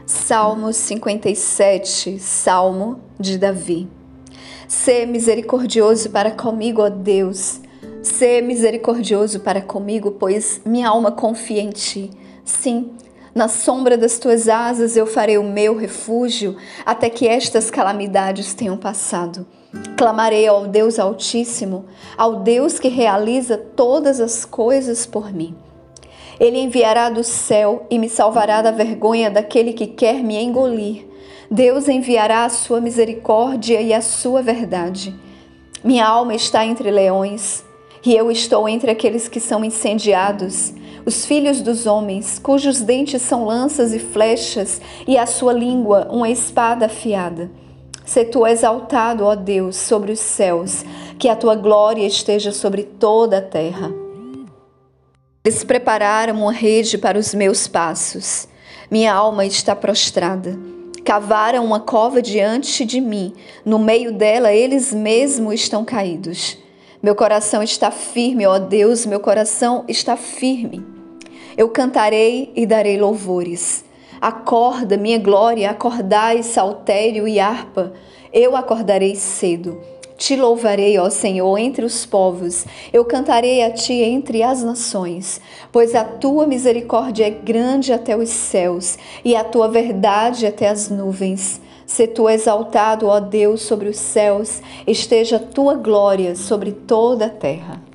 Salmo 57, Salmo de Davi. Sê misericordioso para comigo, ó Deus. Sê misericordioso para comigo, pois minha alma confia em Ti. Sim, na sombra das Tuas asas eu farei o meu refúgio, até que estas calamidades tenham passado. Clamarei ao Deus Altíssimo, ao Deus que realiza todas as coisas por mim. Ele enviará do céu e me salvará da vergonha daquele que quer me engolir. Deus enviará a sua misericórdia e a sua verdade. Minha alma está entre leões, e eu estou entre aqueles que são incendiados, os filhos dos homens, cujos dentes são lanças e flechas, e a sua língua uma espada afiada. Sê tu exaltado, ó Deus, sobre os céus, que a tua glória esteja sobre toda a terra. Eles prepararam uma rede para os meus passos. Minha alma está prostrada. Cavaram uma cova diante de mim. No meio dela, eles mesmos estão caídos. Meu coração está firme, ó Deus, meu coração está firme. Eu cantarei e darei louvores. Acorda, minha glória, acordai, saltério e harpa. Eu acordarei cedo. Te louvarei, ó Senhor, entre os povos. Eu cantarei a Ti entre as nações, pois a Tua misericórdia é grande até os céus e a Tua verdade até as nuvens. Sê Tu exaltado, ó Deus, sobre os céus, esteja a Tua glória sobre toda a terra.